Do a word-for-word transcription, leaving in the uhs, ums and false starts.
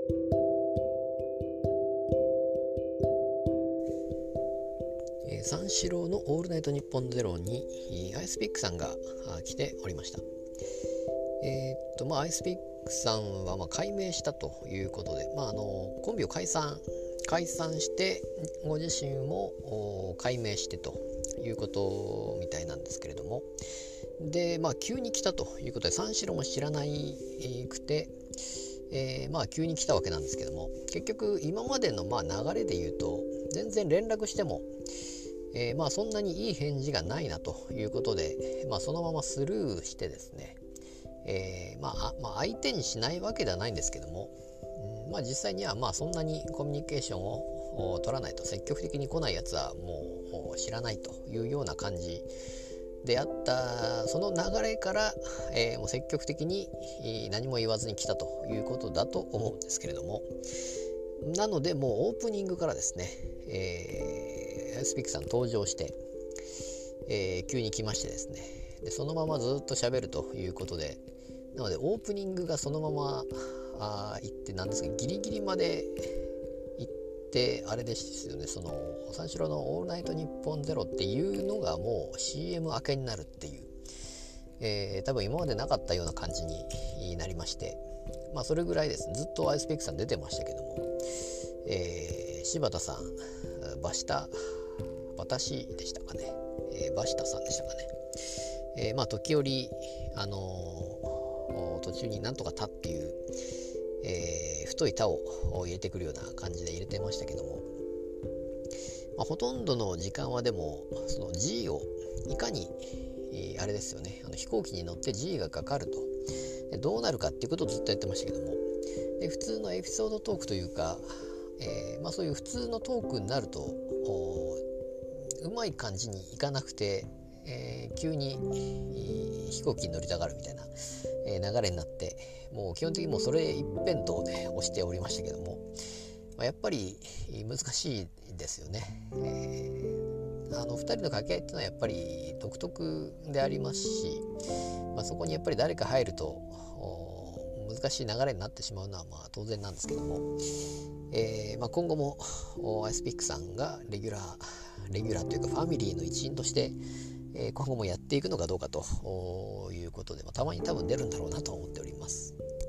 えー、三四郎のオールナイトニッポンゼロにアイスピックさんが来ておりました。えー、っとまあアイスピックさんはまあ改名したということで、まあ、あのコンビを解散解散してご自身も改名してということみたいなんですけれども、でまあ急に来たということで三四郎も知らないくて、えー、まあ急に来たわけなんですけども、結局今までのまあ流れで言うと全然連絡しても、えー、まあそんなにいい返事がないなということで、まあ、そのままスルーしてですね、えーまあ、まあ相手にしないわけではないんですけども、うん、まあ実際にはまあそんなにコミュニケーションを取らないと、積極的に来ないやつはもう知らないというような感じであった、その流れから、えー、もう積極的に何も言わずに来たということだと思うんですけれども、なのでもうオープニングからですね、えー、アイスピックさん登場して、えー、急に来ましてですね、でそのままずっと喋るということで、なのでオープニングがそのままあ行ってなんですけど、ギリギリまで行ってあれですよね、その三四郎のオールナイトニッポンゼロっていうのがもう シーエム 明けになるっていう、えー、多分今までなかったような感じになりまして、まあそれぐらいですね、ずっとアイスピックさん出てましたけども、えー、柴田さん、バシタ私でしたかね、えー、バシタさんでしたかね、えー、まあ時折あのー、途中になんとかタっていう、えー、太いタを入れてくるような感じで入れてましたけども、まあ、ほとんどの時間はでもその G をいかに、えー、あれですよね、あの飛行機に乗って G がかかるとでどうなるかっていうことをずっとやってましたけども、で普通のエピソードトークというか、えーまあ、そういう普通のトークになるとうまい感じにいかなくて、えー、急に飛行機に乗りたがるみたいな、えー、流れになって、もう基本的にもうそれ一辺倒で押しておりましたけども、まあ、やっぱり難しいですよね。えー、あのふたりの掛け合いっていうのはやっぱり独特でありますし、まあ、そこにやっぱり誰か入ると難しい流れになってしまうのはまあ当然なんですけども、えーまあ、今後もアイスピックさんがレギュラーレギュラーというかファミリーの一員として、えー、今後もやっていくのかどうかということで、まあ、たまに多分出るんだろうなと思っております。